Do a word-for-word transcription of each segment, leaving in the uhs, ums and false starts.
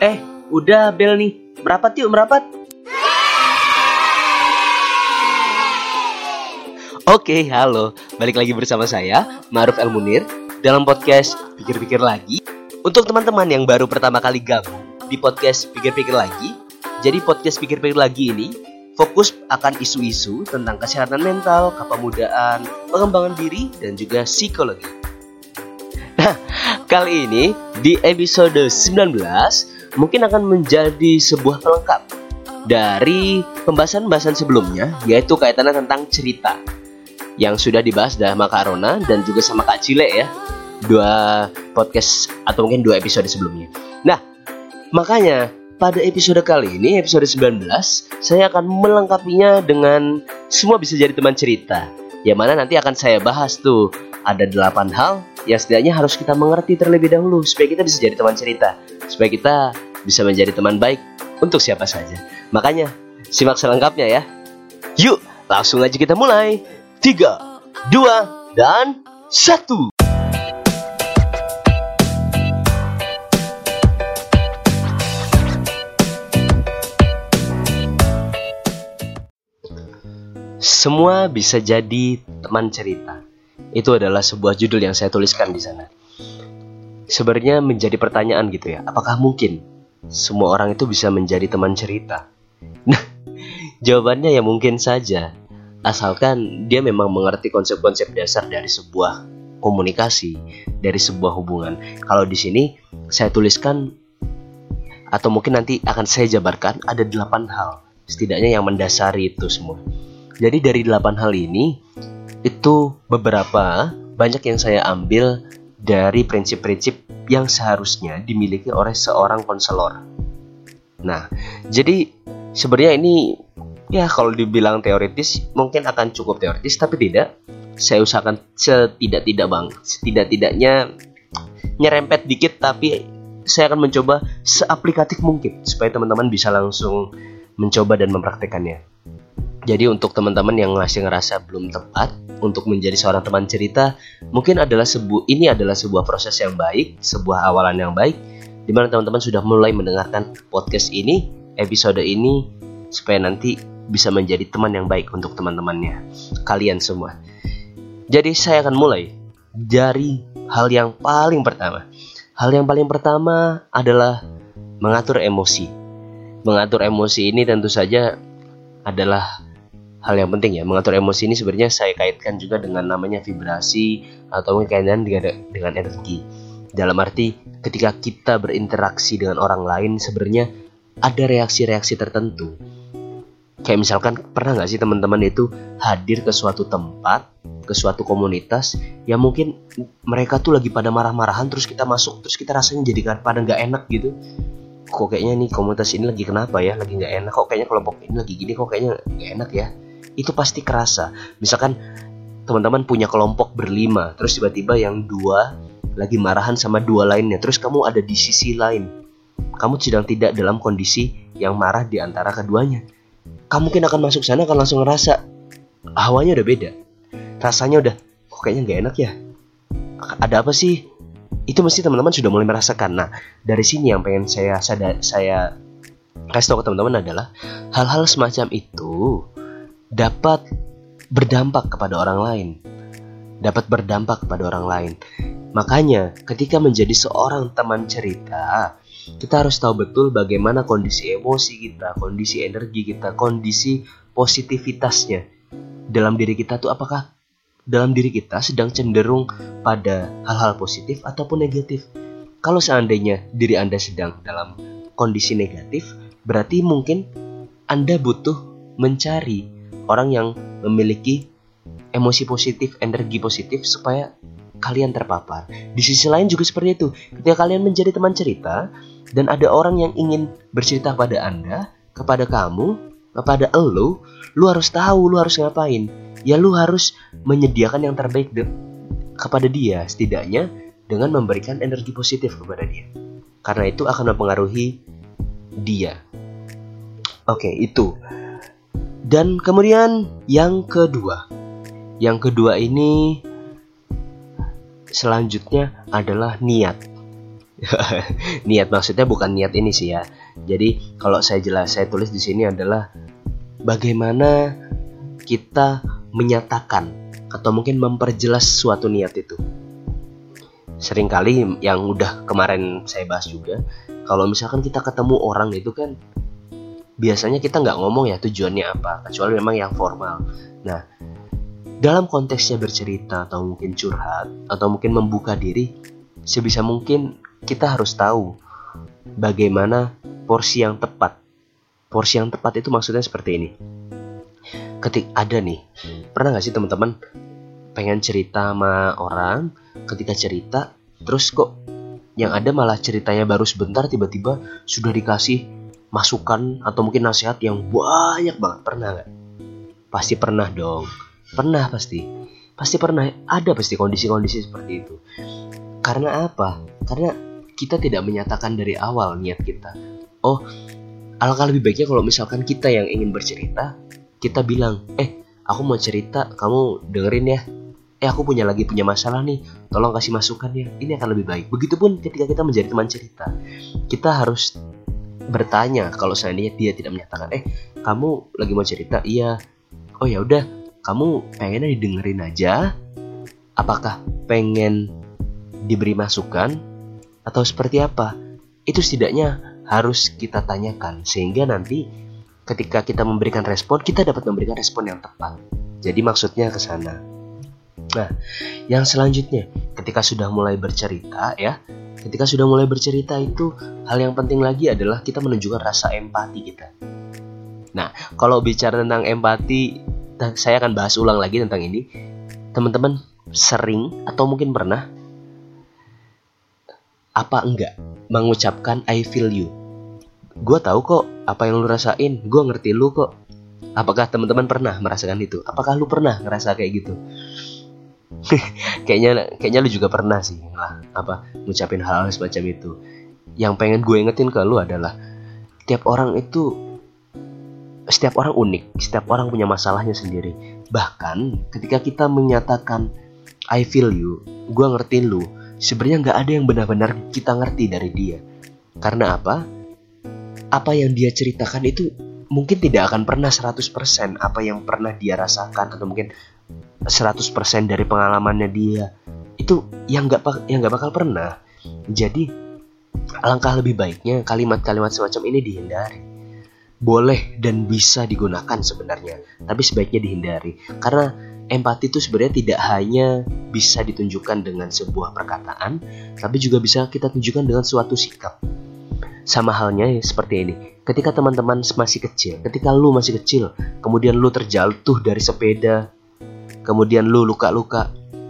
Eh, udah bel nih. Merapat yuk, merapat. Oke, halo. Balik lagi bersama saya, Ma'ruf El Munir, dalam podcast Pikir-Pikir Lagi. Untuk teman-teman yang baru pertama kali gabung di podcast Pikir-Pikir Lagi, jadi podcast Pikir-Pikir Lagi ini fokus akan isu-isu tentang kesehatan mental, kepemudaan, pengembangan diri, dan juga psikologi. Nah, kali ini di episode sembilan belas mungkin akan menjadi sebuah pelengkap dari pembahasan-pembahasan sebelumnya, yaitu kaitannya tentang cerita yang sudah dibahas sama Kak Rona dan juga sama Kak Cile ya, dua podcast atau mungkin dua episode sebelumnya. Nah, makanya pada episode kali ini, episode sembilan belas, saya akan melengkapinya dengan semua bisa jadi teman cerita, yang mana nanti akan saya bahas tuh ada delapan hal yang setidaknya harus kita mengerti terlebih dahulu supaya kita bisa jadi teman cerita, supaya kita bisa menjadi teman baik untuk siapa saja. Makanya simak selengkapnya ya. Yuk, langsung aja kita mulai. Tiga, dua, dan satu. Semua bisa jadi teman cerita. Itu adalah sebuah judul yang saya tuliskan di sana. Sebenarnya menjadi pertanyaan gitu ya, apakah mungkin semua orang itu bisa menjadi teman cerita? Nah, jawabannya ya mungkin saja, asalkan dia memang mengerti konsep-konsep dasar dari sebuah komunikasi, dari sebuah hubungan. Kalau di sini saya tuliskan, atau mungkin nanti akan saya jabarkan, ada delapan hal setidaknya yang mendasari itu semua. Jadi dari delapan hal ini, itu beberapa banyak yang saya ambil dari prinsip-prinsip yang seharusnya dimiliki oleh seorang konselor. Nah, jadi sebenarnya ini ya kalau dibilang teoritis mungkin akan cukup teoritis, tapi tidak. Saya usahakan setidak-tidak bang, setidak-tidaknya nyerempet dikit, tapi saya akan mencoba seaplikatif mungkin supaya teman-teman bisa langsung mencoba dan mempraktekannya. Jadi untuk teman-teman yang masih ngerasa belum tepat untuk menjadi seorang teman cerita, mungkin adalah sebu- ini adalah sebuah proses yang baik, sebuah awalan yang baik, di mana teman-teman sudah mulai mendengarkan podcast ini, episode ini, supaya nanti bisa menjadi teman yang baik untuk teman-temannya, kalian semua. Jadi saya akan mulai dari hal yang paling pertama. Hal yang paling pertama adalah mengatur emosi. Mengatur emosi ini tentu saja adalah hal yang penting ya. Mengatur emosi ini sebenarnya saya kaitkan juga dengan namanya vibrasi atau kaitan dengan, dengan energi. Dalam arti ketika kita berinteraksi dengan orang lain, sebenarnya ada reaksi-reaksi tertentu. Kayak misalkan pernah gak sih teman-teman itu hadir ke suatu tempat, ke suatu komunitas yang mungkin mereka tuh lagi pada marah-marahan, terus kita masuk, terus kita rasanya jadi pada gak enak gitu. Kok kayaknya nih komunitas ini lagi kenapa ya, lagi gak enak, kok kayaknya kelompok ini lagi gini, kok kayaknya gak enak ya. Itu pasti kerasa. Misalkan teman-teman punya kelompok berlima, terus tiba-tiba yang dua lagi marahan sama dua lainnya, terus kamu ada di sisi lain, kamu sedang tidak dalam kondisi yang marah di antara keduanya. Kamu mungkin akan masuk sana, akan langsung ngerasa hawanya udah beda, rasanya udah kok kayaknya gak enak ya, ada apa sih. Itu mesti teman-teman sudah mulai merasakan. Nah, dari sini yang pengen saya sadar, saya kasih tahu ke teman-teman adalah hal-hal semacam itu dapat berdampak kepada orang lain, dapat berdampak kepada orang lain. Makanya ketika menjadi seorang teman cerita, kita harus tahu betul bagaimana kondisi emosi kita, kondisi energi kita, kondisi positivitasnya dalam diri kita tuh, apakah dalam diri kita sedang cenderung pada hal-hal positif ataupun negatif. Kalau seandainya diri Anda sedang dalam kondisi negatif, berarti mungkin Anda butuh mencari orang yang memiliki emosi positif, energi positif, supaya kalian terpapar. Di sisi lain juga seperti itu. Ketika kalian menjadi teman cerita dan ada orang yang ingin bercerita pada Anda, kepada kamu, kepada elu, lu harus tahu lu harus ngapain. Ya lu harus menyediakan yang terbaik de- kepada dia, setidaknya dengan memberikan energi positif kepada dia. Karena itu akan mempengaruhi dia. Oke, itu. Dan kemudian yang kedua. Yang kedua ini selanjutnya adalah niat. Niat maksudnya bukan niat ini sih ya. Jadi kalau saya jelas saya tulis di sini adalah bagaimana kita menyatakan atau mungkin memperjelas suatu niat itu. Seringkali yang udah kemarin saya bahas juga, kalau misalkan kita ketemu orang itu kan biasanya kita nggak ngomong ya tujuannya apa, kecuali memang yang formal. Nah, dalam konteksnya bercerita atau mungkin curhat atau mungkin membuka diri, sebisa mungkin kita harus tahu bagaimana porsi yang tepat. Porsi yang tepat itu maksudnya seperti ini. Ketik ada nih, pernah nggak sih teman-teman pengen cerita sama orang, ketika cerita terus kok yang ada malah ceritanya baru sebentar tiba-tiba sudah dikasih masukan atau mungkin nasihat yang banyak banget. Pernah nggak? Pasti pernah dong. Pernah pasti. Pasti pernah. Ada pasti kondisi-kondisi seperti itu. Karena apa? Karena kita tidak menyatakan dari awal niat kita. Oh, alangkah lebih baiknya kalau misalkan kita yang ingin bercerita, kita bilang, eh aku mau cerita, kamu dengerin ya. Eh aku punya lagi punya masalah nih, tolong kasih masukan ya. Ini akan lebih baik. Begitupun ketika kita menjadi teman cerita, kita harus bertanya. Kalau seandainya dia tidak menyatakan, eh kamu lagi mau cerita, iya. Oh ya udah, kamu pengennya didengerin aja. Apakah pengen diberi masukan atau seperti apa? Itu setidaknya harus kita tanyakan, sehingga nanti ketika kita memberikan respon, kita dapat memberikan respon yang tepat. Jadi maksudnya ke sana. Nah, yang selanjutnya, ketika sudah mulai bercerita ya, ketika sudah mulai bercerita itu hal yang penting lagi adalah kita menunjukkan rasa empati kita. Nah, kalau bicara tentang empati, saya akan bahas ulang lagi tentang ini. Teman-teman sering atau mungkin pernah apa enggak mengucapkan I feel you. Gue tahu kok apa yang lu rasain, gue ngerti lu kok. Apakah teman-teman pernah merasakan itu? Apakah lu pernah ngerasa kayak gitu? kayaknya kayaknya lu juga pernah sih lah, apa ngucapin hal-hal semacam itu. Yang pengen gue ingetin ke lu adalah tiap orang itu setiap orang unik, setiap orang punya masalahnya sendiri. Bahkan ketika kita menyatakan I feel you, gue ngertiin lu, sebenarnya nggak ada yang benar-benar kita ngerti dari dia. Karena apa? Apa yang dia ceritakan itu mungkin tidak akan pernah seratus persen apa yang pernah dia rasakan, atau mungkin seratus persen dari pengalamannya dia. Itu yang gak, yang gak bakal pernah. Jadi alangkah lebih baiknya kalimat-kalimat semacam ini dihindari. Boleh dan bisa digunakan sebenarnya, tapi sebaiknya dihindari. Karena empati itu sebenarnya tidak hanya bisa ditunjukkan dengan sebuah perkataan, tapi juga bisa kita tunjukkan dengan suatu sikap. Sama halnya ya, seperti ini. Ketika teman-teman masih kecil, ketika lu masih kecil, kemudian lu terjatuh dari sepeda, kemudian lu luka-luka,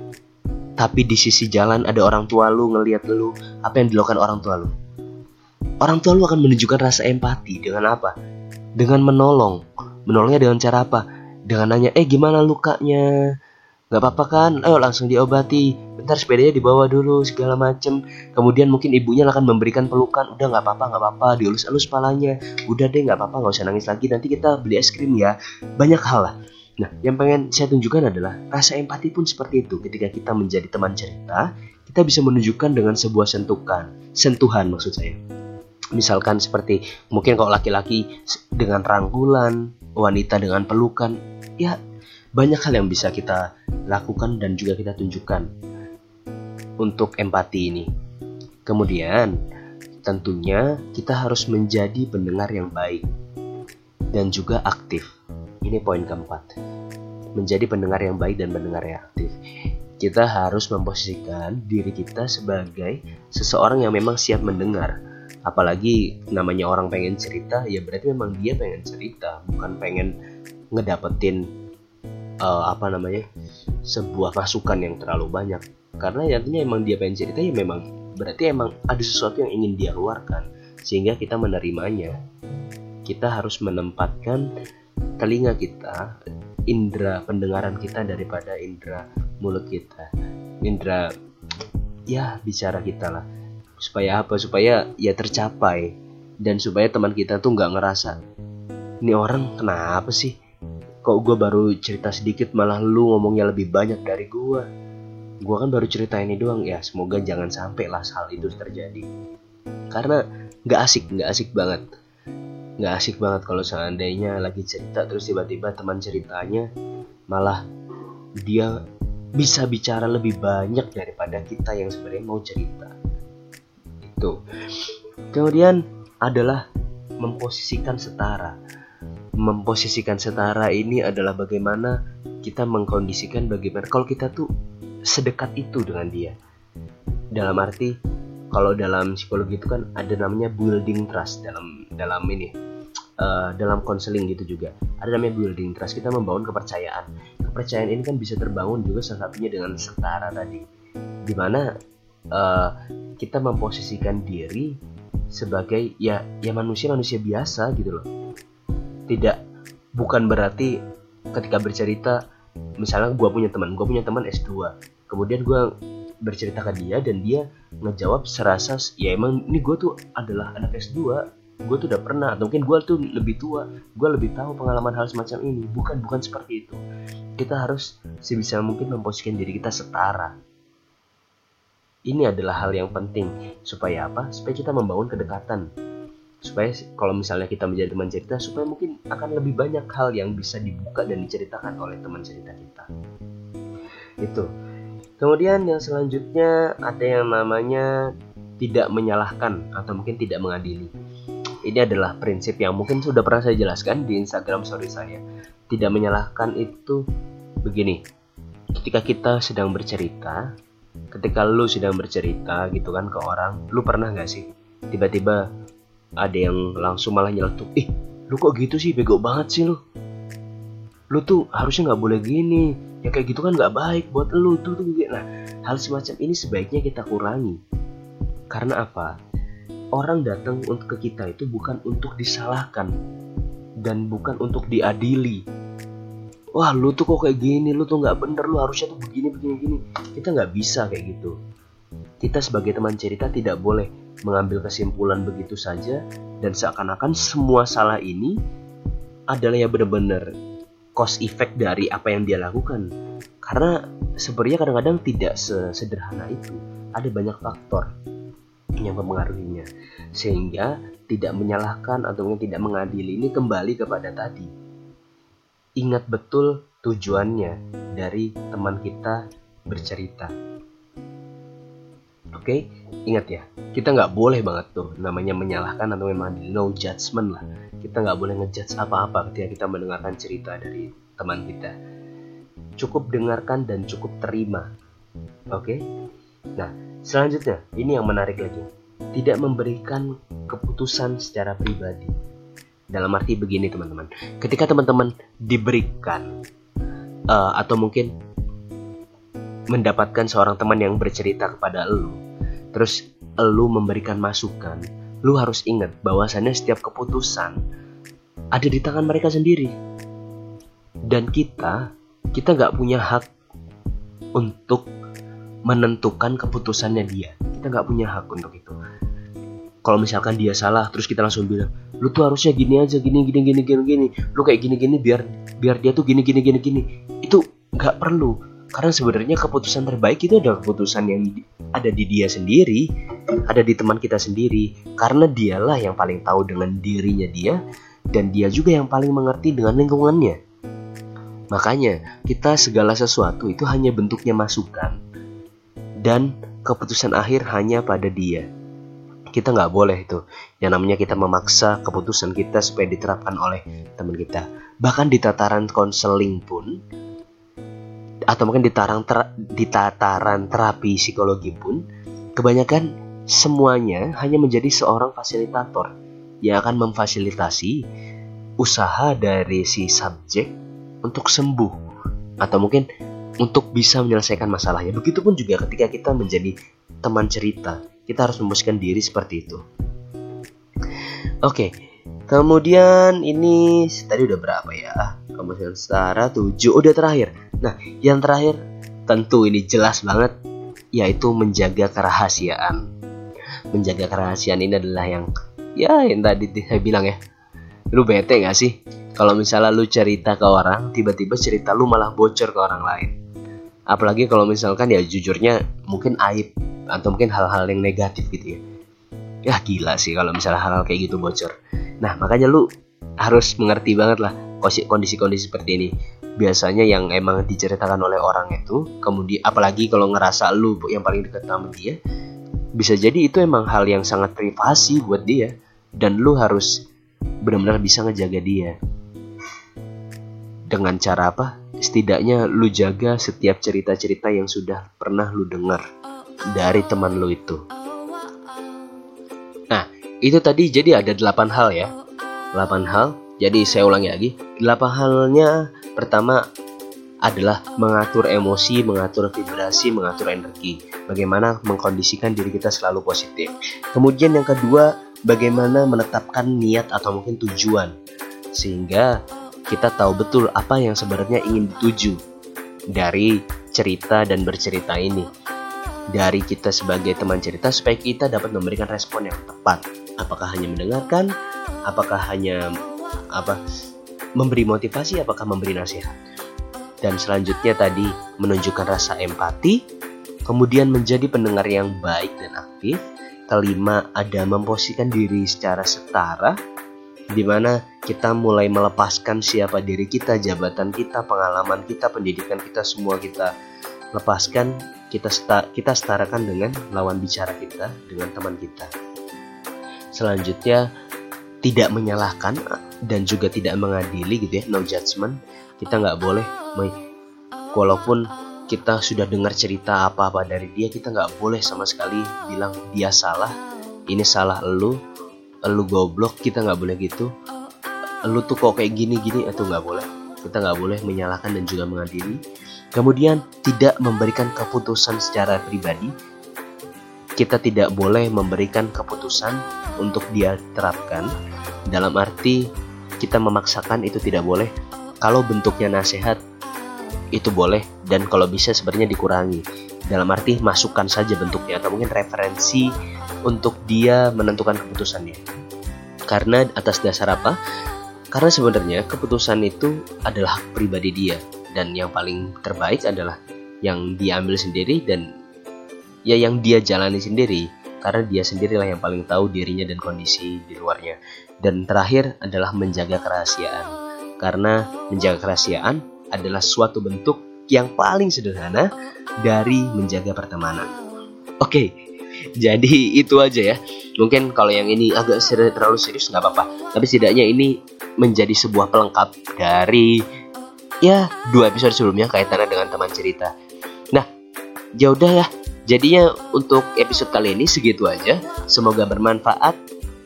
tapi di sisi jalan ada orang tua lu ngelihat lu, apa yang dilakukan orang tua lu? Orang tua lu akan menunjukkan rasa empati dengan apa? Dengan menolong. Menolongnya dengan cara apa? Dengan nanya, eh gimana lukanya? Gak apa-apa kan? Ayo langsung diobati. Bentar sepedanya dibawa dulu segala macem. Kemudian mungkin ibunya akan memberikan pelukan. Udah gak apa-apa, gak apa-apa. Dielus-elus palanya. Udah deh gak apa-apa, gak usah nangis lagi. Nanti kita beli es krim ya. Banyak hal lah. Nah, yang pengen saya tunjukkan adalah rasa empati pun seperti itu. Ketika kita menjadi teman cerita, kita bisa menunjukkan dengan sebuah sentuhan. Sentuhan maksud saya. Misalkan seperti mungkin kalau laki-laki dengan rangkulan, wanita dengan pelukan. Ya, banyak hal yang bisa kita lakukan dan juga kita tunjukkan untuk empati ini. Kemudian tentunya kita harus menjadi pendengar yang baik dan juga aktif. Ini poin keempat. Menjadi pendengar yang baik dan pendengar yang aktif. Kita harus memposisikan diri kita sebagai seseorang yang memang siap mendengar. Apalagi namanya orang pengen cerita, ya berarti memang dia pengen cerita, bukan pengen ngedapetin uh, apa namanya sebuah masukan yang terlalu banyak. Karena artinya emang dia pengen cerita, ya memang berarti emang ada sesuatu yang ingin dia keluarkan, sehingga kita menerimanya. Kita harus menempatkan telinga kita, indera pendengaran kita daripada indera mulut kita, indera ya bicara kita lah. Supaya apa? Supaya ya tercapai, dan supaya teman kita tuh nggak ngerasa ini orang kenapa sih? Kok gue baru cerita sedikit malah lu ngomongnya lebih banyak dari gue? gue kan baru cerita ini doang ya, semoga jangan sampai lah hal itu terjadi. Karena nggak asik, nggak asik banget, nggak asik banget kalau seandainya lagi cerita terus tiba-tiba teman ceritanya malah dia bisa bicara lebih banyak daripada kita yang sebenarnya mau cerita. Itu. Kemudian adalah memposisikan setara. Memposisikan setara ini adalah bagaimana kita mengkondisikan bagaimana kalau kita tuh sedekat itu dengan dia. Dalam arti kalau dalam psikologi itu kan ada namanya building trust dalam dalam ini uh, dalam konseling gitu juga ada namanya building trust. Kita membangun kepercayaan. Kepercayaan ini kan bisa terbangun juga salah satunya dengan setara tadi, dimana uh, kita memposisikan diri sebagai ya ya manusia manusia biasa gitu loh. Tidak, bukan berarti ketika bercerita, misalnya gue punya teman, gue punya teman S dua, kemudian gue bercerita ke dia dan dia ngejawab serasa ya emang ini gue tuh adalah anak S dua, gue tuh udah pernah, atau mungkin gue tuh lebih tua, gue lebih tahu pengalaman hal semacam ini. Bukan, bukan seperti itu. Kita harus sebisa mungkin memposisikan diri kita setara. Ini adalah hal yang penting. Supaya apa? Supaya kita membangun kedekatan. Supaya kalau misalnya kita menjadi teman cerita, supaya mungkin akan lebih banyak hal yang bisa dibuka dan diceritakan oleh teman cerita kita. Itu. Kemudian yang selanjutnya ada yang namanya tidak menyalahkan atau mungkin tidak mengadili. Ini adalah prinsip yang mungkin sudah pernah saya jelaskan di Instagram story saya. Tidak menyalahkan itu begini. Ketika kita sedang bercerita, ketika lu sedang bercerita gitu kan ke orang, lu pernah gak sih tiba-tiba ada yang langsung malah nyeletuk, ih lu kok gitu sih, bego banget sih lu, lu tuh harusnya gak boleh gini, ya kayak gitu kan gak baik buat lu tuh, tuh. Nah, hal semacam ini sebaiknya kita kurangi. Karena apa? Orang datang untuk ke kita itu bukan untuk disalahkan dan bukan untuk diadili. Wah lu tuh kok kayak gini, lu tuh gak bener, lu harusnya tuh begini, begini, begini. Kita gak bisa kayak gitu. Kita sebagai teman cerita tidak boleh mengambil kesimpulan begitu saja dan seakan-akan semua salah ini adalah ya benar-benar cause effect dari apa yang dia lakukan. Karena sebenarnya kadang-kadang tidak sesederhana itu. Ada banyak faktor yang mempengaruhinya, sehingga tidak menyalahkan atau tidak mengadili ini kembali kepada tadi. Ingat betul tujuannya dari teman kita bercerita. Oke, okay? Ingat ya, kita nggak boleh banget tuh namanya menyalahkan atau memang no judgment lah. Kita nggak boleh ngejudge apa-apa ketika kita mendengarkan cerita dari teman kita. Cukup dengarkan dan cukup terima. Oke? Okay? Nah, selanjutnya ini yang menarik lagi. Tidak memberikan keputusan secara pribadi. Dalam arti begini teman-teman. Ketika teman-teman diberikan uh, atau mungkin mendapatkan seorang teman yang bercerita kepada elu, terus elu memberikan masukan, lu harus ingat bahwasannya setiap keputusan ada di tangan mereka sendiri. Dan kita kita nggak punya hak untuk menentukan keputusannya dia. Kita nggak punya hak untuk itu. Kalau misalkan dia salah, terus kita langsung bilang, lu tuh harusnya gini aja, gini gini gini gini gini, lu kayak gini gini biar biar dia tuh gini gini gini gini. Itu nggak perlu. Karena sebenarnya keputusan terbaik itu adalah keputusan yang ada di dia sendiri, ada di teman kita sendiri. Karena dialah yang paling tahu dengan dirinya dia, dan dia juga yang paling mengerti dengan lingkungannya. Makanya kita segala sesuatu itu hanya bentuknya masukan, dan keputusan akhir hanya pada dia. Kita nggak boleh itu yang namanya kita memaksa keputusan kita supaya diterapkan oleh teman kita. Bahkan di tataran konseling pun, atau mungkin di tataran, ter- di tataran terapi psikologi pun, kebanyakan semuanya hanya menjadi seorang fasilitator yang akan memfasilitasi usaha dari si subjek untuk sembuh atau mungkin untuk bisa menyelesaikan masalahnya. Begitupun juga ketika kita menjadi teman cerita, kita harus memposisikan diri seperti itu. Oke, kemudian ini tadi udah berapa ya? Kemudian setara tujuh, udah terakhir. Nah, yang terakhir tentu ini jelas banget, yaitu menjaga kerahasiaan. Menjaga kerahasiaan ini adalah yang ya yang tadi saya bilang ya. Lu bete gak sih kalau misalnya lu cerita ke orang, tiba-tiba cerita lu malah bocor ke orang lain? Apalagi kalau misalkan ya jujurnya mungkin aib atau mungkin hal-hal yang negatif gitu ya. Ya gila sih kalau misalnya hal-hal kayak gitu bocor. Nah makanya lu harus mengerti banget lah kondisi-kondisi seperti ini. Biasanya yang emang diceritakan oleh orang itu, kemudian apalagi kalau ngerasa lu yang paling dekat sama dia, bisa jadi itu emang hal yang sangat privasi buat dia. Dan lu harus benar-benar bisa ngejaga dia. Dengan cara apa? Setidaknya lu jaga setiap cerita-cerita yang sudah pernah lu dengar dari teman lu itu. Nah, itu tadi jadi ada delapan hal ya. delapan hal. Jadi saya ulangi lagi. delapan halnya pertama adalah mengatur emosi, mengatur vibrasi, mengatur energi. Bagaimana mengkondisikan diri kita selalu positif. Kemudian yang kedua, bagaimana menetapkan niat atau mungkin tujuan. Sehingga kita tahu betul apa yang sebenarnya ingin dituju dari cerita dan bercerita ini. Dari kita sebagai teman cerita supaya kita dapat memberikan respon yang tepat. Apakah hanya mendengarkan? Apakah hanya apa memberi motivasi? Apakah memberi nasihat? Dan selanjutnya tadi menunjukkan rasa empati. Kemudian menjadi pendengar yang baik dan aktif. Kelima ada memposisikan diri secara setara, di mana kita mulai melepaskan siapa diri kita, jabatan kita, pengalaman kita, pendidikan kita, semua kita lepaskan, kita seta, kita setarakan dengan lawan bicara kita, dengan teman kita. Selanjutnya tidak menyalahkan dan juga tidak mengadili gitu ya, no judgment. Kita nggak boleh, walaupun kita sudah dengar cerita apa-apa dari dia, kita nggak boleh sama sekali bilang dia salah, ini salah elu, elu goblok, kita nggak boleh gitu. Elu tuh kok kayak gini-gini, itu nggak boleh. Kita nggak boleh menyalahkan dan juga mengadili. Kemudian tidak memberikan keputusan secara pribadi. Kita tidak boleh memberikan keputusan untuk dia terapkan. Dalam arti kita memaksakan itu tidak boleh. Kalau bentuknya nasihat itu boleh, dan kalau bisa sebenarnya dikurangi. Dalam arti masukkan saja bentuknya atau mungkin referensi untuk dia menentukan keputusannya. Karena atas dasar apa? Karena sebenarnya keputusan itu adalah hak pribadi dia, dan yang paling terbaik adalah yang dia ambil sendiri dan ya yang dia jalani sendiri, karena dia sendirilah yang paling tahu dirinya dan kondisi di luarnya. Dan terakhir adalah menjaga kerahasiaan, karena menjaga kerahasiaan adalah suatu bentuk yang paling sederhana dari menjaga pertemanan. Oke, jadi itu aja ya. Mungkin kalau yang ini agak ser- terlalu serius nggak apa-apa, tapi setidaknya ini menjadi sebuah pelengkap dari ya dua episode sebelumnya kaitannya dengan teman cerita. Nah, ya udah ya. Jadinya untuk episode kali ini segitu aja. Semoga bermanfaat.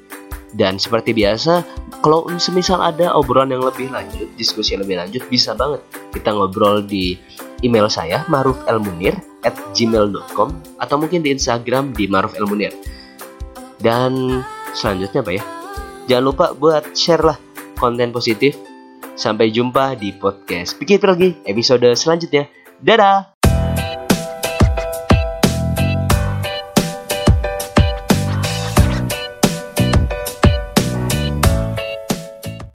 Dan seperti biasa, kalau semisal ada obrolan yang lebih lanjut, diskusi yang lebih lanjut, bisa banget kita ngobrol di email saya marufelmunir at gmail dot com atau mungkin di Instagram di marufelmunir. Dan selanjutnya apa ya? Jangan lupa buat share lah konten positif. Sampai jumpa di podcast Pikir lagi episode selanjutnya. Dadah.